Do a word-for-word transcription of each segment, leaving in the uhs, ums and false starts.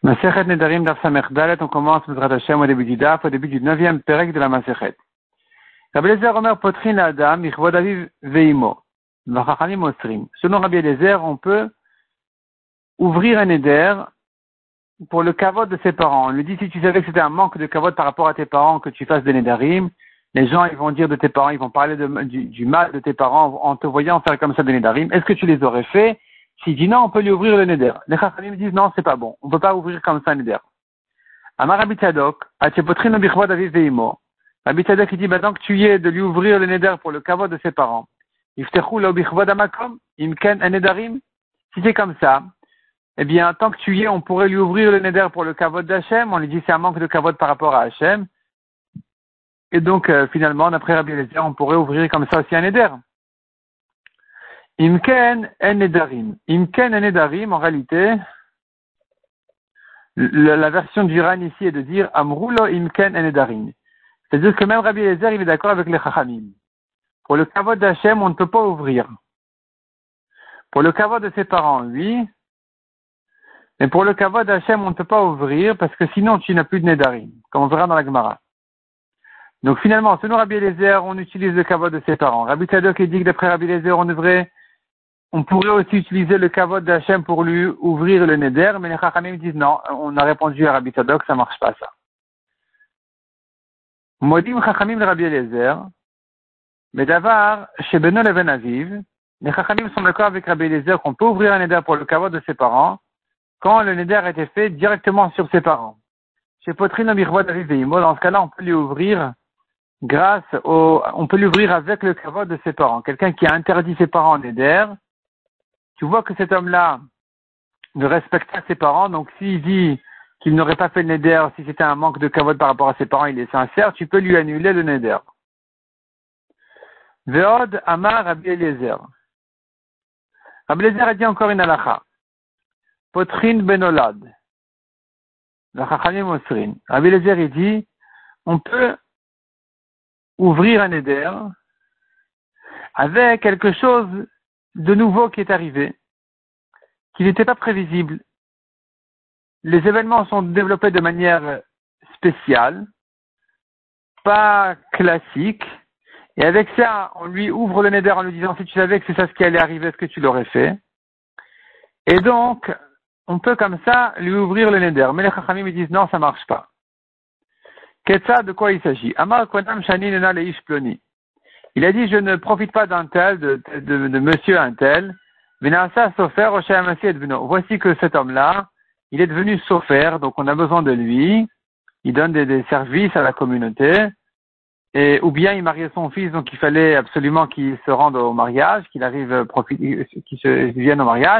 Masechet Nedarim Daf Samech Dalet, on commence Bezrat Hashem au début du Daf, au début du neuvième Perek de la Masechet. Rabbi Eliezer Omer Potrin L'Adam, Ichvod Aviv Veimo, Vachachamim Osrim. Selon Rabbi Eliezer, on peut ouvrir un Neder pour le kavod de ses parents. On lui dit, si tu savais que c'était un manque de kavod par rapport à tes parents, que tu fasses des Nedarim, les gens ils vont dire de tes parents, ils vont parler de, du, du mal de tes parents en te voyant faire comme ça des Nedarim. Est-ce que tu les aurais fait? S'il dit non, on peut lui ouvrir le neder. Les Chachamim disent non, c'est pas bon. On peut pas ouvrir comme ça un neder. Amar Rabbi Tzadok, Atchepotrin Obichvod Aviv Veimo. Rabbi Tzadok, il dit, maintenant que tu y es de lui ouvrir le neder pour le kavod de ses parents. Yiftechu lo bichvod amakom, imken un nedarim. Si c'est comme ça, eh bien, tant que tu y es, on pourrait lui ouvrir le neder pour le kavod d'Hachem. On lui dit, c'est un manque de kavod par rapport à Hachem. Et donc, euh, finalement, d'après Rabbi Eliezer, on pourrait ouvrir comme ça aussi un neder. Imken en nedarim. Imken en nedarim, en réalité, la, la version du Ran ici est de dire Amrulo imken en nedarim. C'est-à-dire que même Rabbi Eliezer, il est d'accord avec les Chachamim. Pour le kavod d'Hachem, on ne peut pas ouvrir. Pour le kavod de ses parents, oui. Mais pour le kavod d'Hachem, on ne peut pas ouvrir parce que sinon tu n'as plus de nedarim, comme on verra dans la Gemara. Donc finalement, selon Rabbi Eliezer, on utilise le kavod de ses parents. Rabbi Tzadok dit que d'après Rabbi Eliezer, on devrait On pourrait aussi utiliser le kavod d'Hachem pour lui ouvrir le neder, mais les Chachamim disent non, on a répondu à Rabbi Tzadok, ça marche pas ça. Modim Chachamim de Rabbi Eliezer, mais d'avoir chez Beno Leven Aviv, les Chachamim sont d'accord avec Rabbi Eliezer qu'on peut ouvrir un neder pour le kavod de ses parents quand le neder a été fait directement sur ses parents. Chez Potrin Obichvod Aviv Veimo, dans ce cas-là, on peut lui ouvrir grâce au, on peut l'ouvrir avec le kavod de ses parents. Quelqu'un qui a interdit ses parents en neder, tu vois que cet homme-là ne respecte pas ses parents, donc s'il dit qu'il n'aurait pas fait le neder, si c'était un manque de kavod par rapport à ses parents, il est sincère, tu peux lui annuler le neder. Ve'od amar Rabbi Eliezer. Rabbi Eliezer a dit encore une halakha. Potrin benolad. La chachamim osrin. Rabbi Eliezer il dit, on peut ouvrir un neder avec quelque chose de nouveau qui est arrivé, qui n'était pas prévisible. Les événements sont développés de manière spéciale, pas classique, et avec ça, on lui ouvre le neder en lui disant, si tu savais que c'est ça ce qui allait arriver, est-ce que tu l'aurais fait? Et donc, on peut comme ça lui ouvrir le neder. Mais les chachamim me disent, non, ça marche pas. Qu'est-ce de quoi il s'agit? Amar konam shani nena leish ploni. Il a dit, je ne profite pas d'un tel, de, de, de, de monsieur un tel. Voici que cet homme-là, il est devenu sofer, donc on a besoin de lui. Il donne des, des services à la communauté. Et, ou bien il mariait son fils, donc il fallait absolument qu'il se rende au mariage, qu'il arrive, profite, qu'il se vienne au mariage.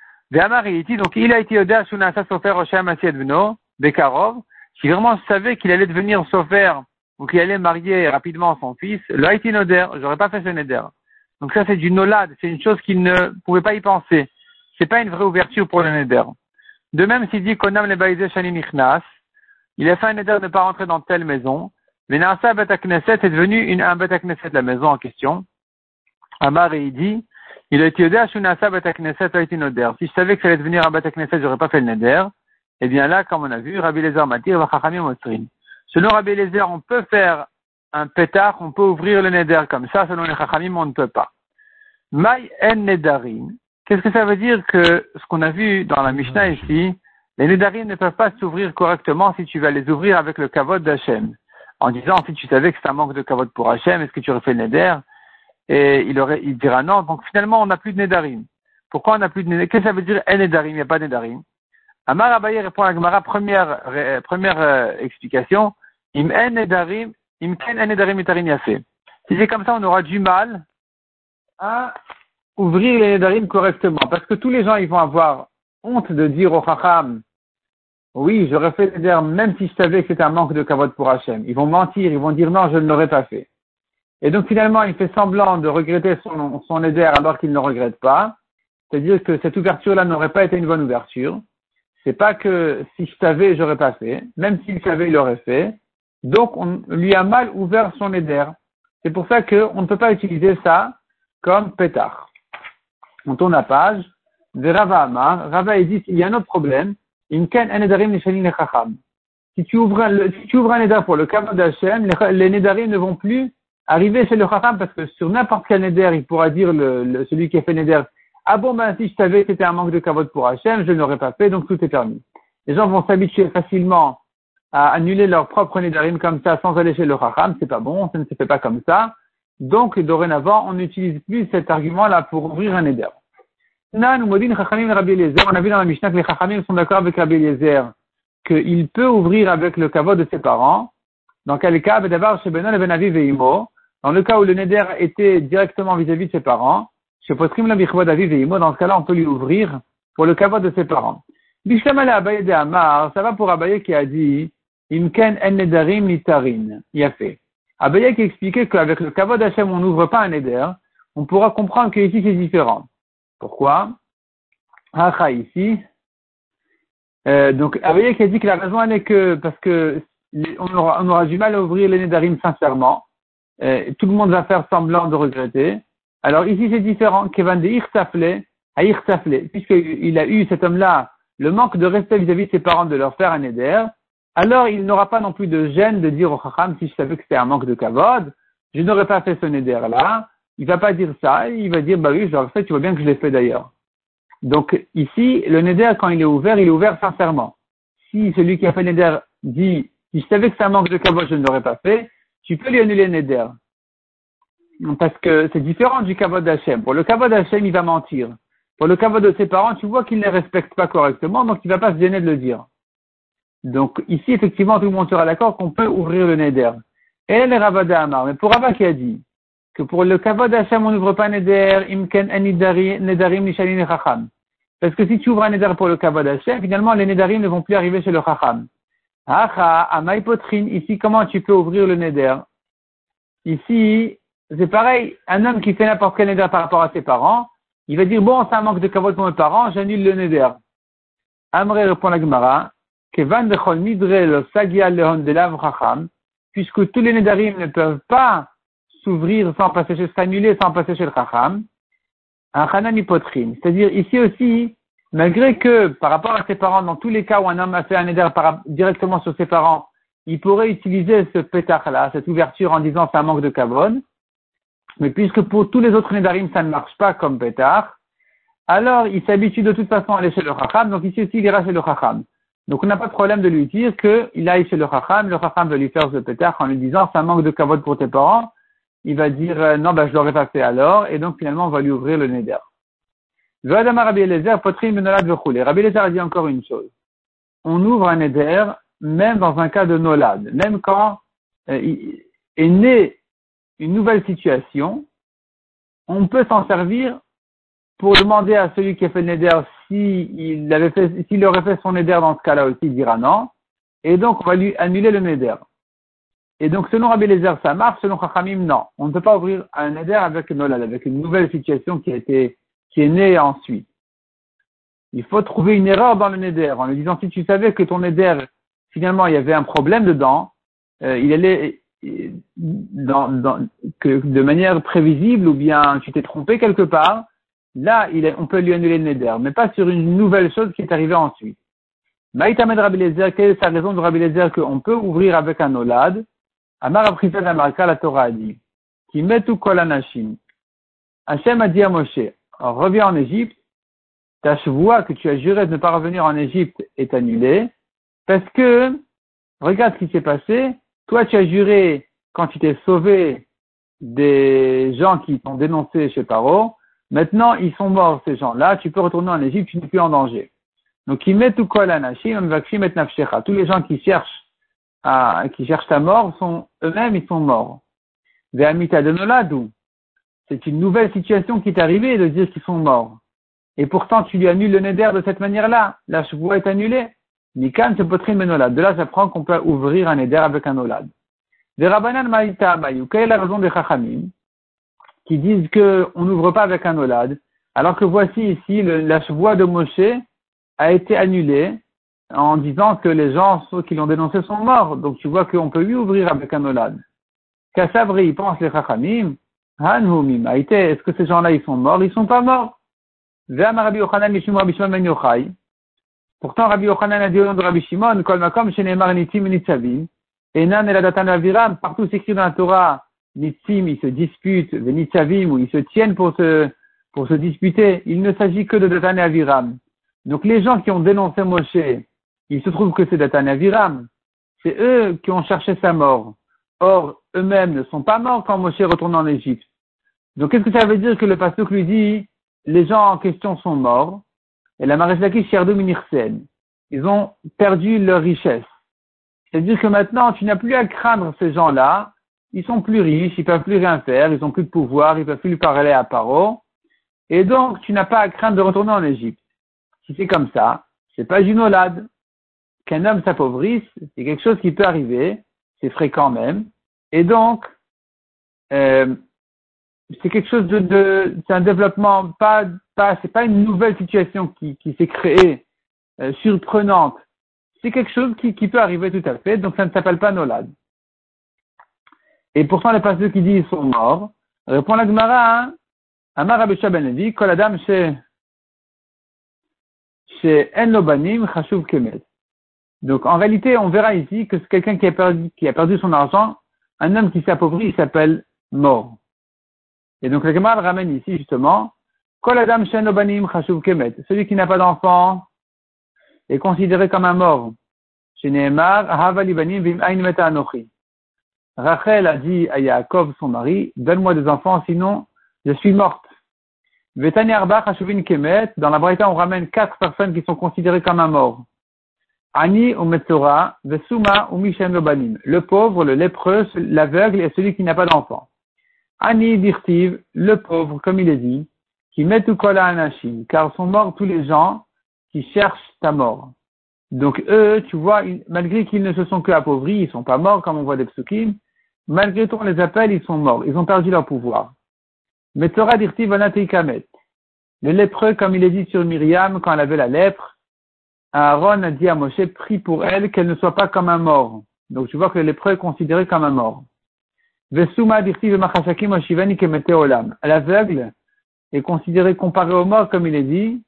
Donc il a été odé shunasa sofer Oshem Asied Bno, Bekarov. Si vraiment je savais qu'il allait devenir sofer, ou qu'il allait marier rapidement son fils, le Haïti Noder, j'aurais pas fait ce Neder. Donc ça c'est du nolad, c'est une chose qu'il ne pouvait pas y penser. C'est pas une vraie ouverture pour le Neder. De même s'il dit Konam le Baïzé Shani Nichnas, il a fait un Neder de ne pas rentrer dans telle maison, mais Nasa Bet HaKnesset est devenu une, un Bet HaKnesset, la maison en question. Amar et il dit, il a été Yodé Ashunasa Bet HaKnesset Haïti Noder. Si je savais que ça allait devenir un Bet HaKnesset, j'aurais pas fait le Neder. Eh bien là, comme on a vu, Rabbi Eliezer Matir va Chachamim Osrin. Selon Rabbi Eliezer, on peut faire un pétard, on peut ouvrir le neder comme ça. Selon les Chachamim, on ne peut pas. Maï en nedarim. Qu'est-ce que ça veut dire que ce qu'on a vu dans la Mishnah ici, les nedarim ne peuvent pas s'ouvrir correctement si tu vas les ouvrir avec le kavod d'Hachem. En disant, si tu savais que c'est un manque de kavod pour Hachem, est-ce que tu aurais fait le neder? Et il aurait, il dira non. Donc finalement, on n'a plus de nedarim. Pourquoi on n'a plus de nedarim? Qu'est-ce que ça veut dire en nedarim? Il n'y a pas de nedarim. Amar Abaye répond à Gemara, première, euh, première euh, explication. Im en nedarim, im ken en nedarim etarim yafé. Si c'est comme ça, on aura du mal à ouvrir les nedarim correctement. Parce que tous les gens, ils vont avoir honte de dire au chacham, oui, j'aurais fait le neder même si je savais que c'était un manque de kavod pour Hachem. Ils vont mentir, ils vont dire non, je ne l'aurais pas fait. Et donc finalement, il fait semblant de regretter son, son neder alors qu'il ne le regrette pas. C'est-à-dire que cette ouverture-là n'aurait pas été une bonne ouverture. C'est pas que si je savais, j'aurais pas fait. Même s'il savait, il aurait fait. Donc, on lui a mal ouvert son éder. C'est pour ça qu'on ne peut pas utiliser ça comme pétard. On tourne la page. De Rava Amar. Rava, il dit, il y a un autre problème. Imken un nedarim nishanin lechacham. Si tu ouvres un, si tu ouvres un neder pour le kavod d'Hachem, les, les nedarim ne vont plus arriver chez le chacham parce que sur n'importe quel neder, il pourra dire le, le, celui qui a fait neder, ah bon, ben, si je savais que c'était un manque de kavod pour Hachem, je ne l'aurais pas fait, donc tout est permis. Les gens vont s'habituer facilement à annuler leur propre nedarim comme ça sans aller chez le chacham, c'est pas bon, ça ne se fait pas comme ça. Donc, dorénavant, on n'utilise plus cet argument-là pour ouvrir un neder. Nan, Modin, Chachamim, Rabbi Eliezer, on a vu dans la Mishnah que les Chachamim sont d'accord avec Rabbi Eliezer qu'il peut ouvrir avec le kavod de ses parents. Dans quel cas, Bedavar, chez Benon et Benavi Veimo, dans le cas où le neder était directement vis-à-vis de ses parents, chez Potrim la Bichvod Avi Veimo, dans ce cas-là, on peut lui ouvrir pour le kavod de ses parents. Bishlam ala Abaye de Amar, ça va pour Abaye qui a dit, Imken en nedarim nitarin, il a fait. Abaye qui expliquait qu'avec le kavod Hashem, on n'ouvre pas un neder, on pourra comprendre qu'ici c'est différent. Pourquoi? Hacha ici. Euh, donc, Abaye qui a dit que la raison elle est que, parce que on aura, on aura du mal à ouvrir les nedarim sincèrement, euh, tout le monde va faire semblant de regretter. Alors ici c'est différent, Kevan de Irsafle à Irsafle, puisqu'il a eu cet homme-là le manque de respect vis-à-vis de ses parents de leur faire un neder, alors il n'aura pas non plus de gêne de dire au Chacham, si je savais que c'était un manque de kavod, je n'aurais pas fait ce neder-là. Il va pas dire ça, il va dire, bah oui, je l'aurais fait, tu vois bien que je l'ai fait d'ailleurs. Donc, ici, le neder, quand il est ouvert, il est ouvert sincèrement. Si celui qui a fait le neder dit, si je savais que c'est un manque de kavod, je ne l'aurais pas fait, tu peux lui annuler le neder. Parce que c'est différent du kavod d'Hachem. Pour le kavod d'Hachem, il va mentir. Pour le kavod de ses parents, tu vois qu'il ne les respecte pas correctement, donc il va pas se gêner de le dire. Donc, ici, effectivement, tout le monde sera d'accord qu'on peut ouvrir le neder. Et les Ravada Amar. Mais pour Rabba qui a dit que pour le kavod Hashem, on n'ouvre pas neder, imken en nedarim nishalin chacham. Parce que si tu ouvres un neder pour le kavod Hashem, finalement, les nedarim ne vont plus arriver chez le chacham. Acha, amay potrin. Ici, comment tu peux ouvrir le neder? Ici, c'est pareil. Un homme qui fait n'importe quel neder par rapport à ses parents, il va dire, bon, c'est un manque de kavod pour mes parents, j'annule le neder. Amré répond la Gemara, Kevan dechol nidre lo sagia lehon de lav chacham, puisque tous les nedarim ne peuvent pas s'ouvrir sans passer chez, s'annuler sans passer chez le chacham, un chanani potrin. C'est-à-dire, ici aussi, malgré que, par rapport à ses parents, dans tous les cas où un homme a fait un neder par, directement sur ses parents, il pourrait utiliser ce pétach-là, cette ouverture en disant c'est un manque de kavod, mais puisque pour tous les autres nedarim ça ne marche pas comme pétach, alors il s'habitue de toute façon à aller chez le chacham, donc ici aussi il ira chez le chacham. Donc on n'a pas de problème de lui dire qu'il aille chez le chacham, le chacham va lui faire ce pétach en lui disant c'est un manque de kavod pour tes parents, il va dire euh, non ben je l'aurais pas fait alors, et donc finalement on va lui ouvrir le neder. Rabbi Eliezer a dit encore une chose. On ouvre un neder même dans un cas de nolad, même quand euh, il est né une nouvelle situation, on peut s'en servir pour demander à celui qui a fait le neder s'il avait fait, s'il aurait fait son neder dans ce cas-là aussi, il dira non. Et donc, on va lui annuler le neder. Et donc, selon Rabbi Eliezer, ça marche, selon Chachamim, non. On ne peut pas ouvrir un neder avec nolad, avec une nouvelle situation qui a été, qui est née ensuite. Il faut trouver une erreur dans le neder, en lui disant, si tu savais que ton neder, finalement, il y avait un problème dedans, euh, il allait, dans, dans, que, de manière prévisible, ou bien tu t'es trompé quelque part, là, il est, on peut lui annuler le neder, mais pas sur une nouvelle chose qui est arrivée ensuite. Maïtamed Rabbi Eliezer, quelle est sa raison de Rabbi Eliezer qu'on peut ouvrir avec un olad? Amar Aprisad Amarka, la Torah a dit, qui met tout kol anashim. Hachem a dit à Moshe, reviens en Égypte, ta chevoie que tu as juré de ne pas revenir en Égypte est annulée, parce que, regarde ce qui s'est passé, toi tu as juré, quand tu t'es sauvé des gens qui t'ont dénoncé chez Paro, maintenant, ils sont morts, ces gens-là. Tu peux retourner en Égypte, tu n'es plus en danger. Donc, ils mettent tout kol anashim, mvakshim et nafshecha. Tous les gens qui cherchent à, qui cherchent ta mort sont, eux-mêmes, ils sont morts. Ve'amita de noladou. C'est une nouvelle situation qui est arrivée de dire qu'ils sont morts. Et pourtant, tu lui annules le neder de cette manière-là. La chevoie est annulée. Nikan se potrin menolad. De là, j'apprends qu'on peut ouvrir un neder avec un olad. Ve'rabanan ma'ita amayou. Quelle est la raison des chachamim? Qui disent qu'on n'ouvre pas avec un olad, alors que voici ici, le, la chevoie de Moshe a été annulée en disant que les gens, ceux qui l'ont dénoncé, sont morts. Donc tu vois qu'on peut lui ouvrir avec un olad. Kassavri, ils pensent les chachamim, hanhumim, aïté, est-ce que ces gens-là, ils sont morts? Ils sont pas morts. Ve'amar Rabbi Yochanan mishum Rabbi Shimon ben Yochai. Pourtant, Rabbi Yochanan a dit au nom de Rabbi Shimon, Kol makom sheneemar nitzim nitzavim, enan eladatan aviram, partout c'est écrit dans la Torah, nitzim, ils se disputent, venitzavim, ou ils se tiennent pour se, pour se disputer. Il ne s'agit que de Datan et Aviram. Donc les gens qui ont dénoncé Moshe, il se trouve que c'est Datan et Aviram. C'est eux qui ont cherché sa mort. Or, eux-mêmes ne sont pas morts quand Moshe retourne en Égypte. Donc qu'est-ce que ça veut dire que le pasteur lui dit, les gens en question sont morts, et la Maresh Lakish Yardou Minirsen. Ils ont perdu leur richesse. C'est-à-dire que maintenant, tu n'as plus à craindre ces gens-là. Ils sont plus riches, ils peuvent plus rien faire, ils ont plus de pouvoir, ils peuvent plus lui parler à Paro. Et donc, tu n'as pas à craindre de retourner en Égypte. Si c'est comme ça, c'est pas une olade. Qu'un homme s'appauvrisse, c'est quelque chose qui peut arriver, c'est fréquent même. Et donc, euh, c'est quelque chose de, de c'est un développement pas, pas, c'est pas une nouvelle situation qui, qui s'est créée, euh, surprenante. C'est quelque chose qui, qui peut arriver tout à fait, donc ça ne s'appelle pas nolad. Et pourtant, les pasteurs qui disent ils sont morts, répond la Gemara, hein, Amar Rabbi Shua ben Levi, Kol Adam chez, chez En Lo Banim Chashuv Kemet. Donc, en réalité, on verra ici que c'est quelqu'un qui a perdu, qui a perdu son argent, un homme qui s'appauvrit, il s'appelle mort. Et donc, la Gemara le ramène ici, justement, Kol Adam chez En Lo Banim Chashuv Kemet. Celui qui n'a pas d'enfant est considéré comme un mort. Chez Nehemar, Ahava li banim vim ain meta anochi. Rachel a dit à Yaakov, son mari, donne-moi des enfants, sinon je suis morte. Vetani arba chashuvin kemet, dans la Braïta, on ramène quatre personnes qui sont considérées comme un mort. Ani ou Metzora, Vesuma ou Mishem Lobanim. Le pauvre, le lépreux, l'aveugle et celui qui n'a pas d'enfant. Ani dirtiv, le pauvre, comme il est dit, qui met tout kola anashim, car sont morts tous les gens qui cherchent ta mort. Donc eux, tu vois, malgré qu'ils ne se sont que appauvris, ils sont pas morts, comme on voit des psukim, malgré tout on les appelle, ils sont morts, ils ont perdu leur pouvoir. Metzora dirtiv vanatei kamet. Le lépreux, comme il est dit sur Myriam, quand elle avait la lèpre, Aaron a dit à Moshe, prie pour elle, qu'elle ne soit pas comme un mort. Donc tu vois que le lépreux est considéré comme un mort. Vesuma dirtiv machasakim oshivani kemete olam. L'aveugle est considéré comparé aux morts, comme il est dit,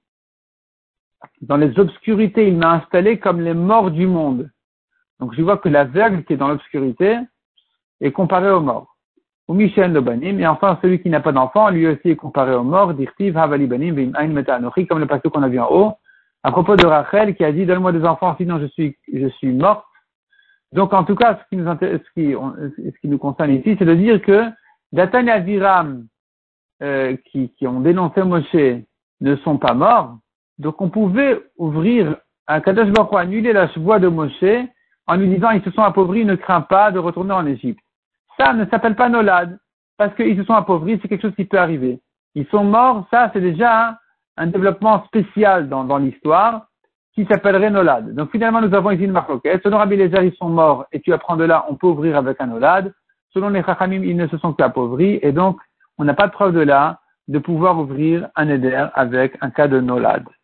dans les obscurités, il m'a installé comme les morts du monde. Donc je vois que l'aveugle qui est dans l'obscurité est comparé aux morts. Ou Michel Lobanim, et enfin celui qui n'a pas d'enfant, lui aussi est comparé aux morts, dirtiv havali banim vim ain meta anochi, comme le passage qu'on a vu en haut, à propos de Rachel qui a dit donne-moi des enfants sinon je suis je suis morte. Donc en tout cas, ce qui nous intéresse, ce qui, on, ce qui nous concerne ici, c'est de dire que Datan et Aviram euh, qui, qui ont dénoncé Moshe ne sont pas morts. Donc on pouvait ouvrir un Kadosh Baruch Hu, annuler la voix de Moshe en lui disant ils se sont appauvris, ne crains pas de retourner en Égypte. Ça ne s'appelle pas nolad, parce qu'ils se sont appauvris, c'est quelque chose qui peut arriver. Ils sont morts, ça c'est déjà un, un développement spécial dans, dans l'histoire qui s'appellerait nolad. Donc finalement nous avons ici une marloquette. Selon Rabbi Eliezer, ils sont morts et tu apprends de là, on peut ouvrir avec un nolad. Selon les Chachamim, ils ne se sont qu'appauvris et donc on n'a pas de preuve de là de pouvoir ouvrir un éder avec un cas de nolad.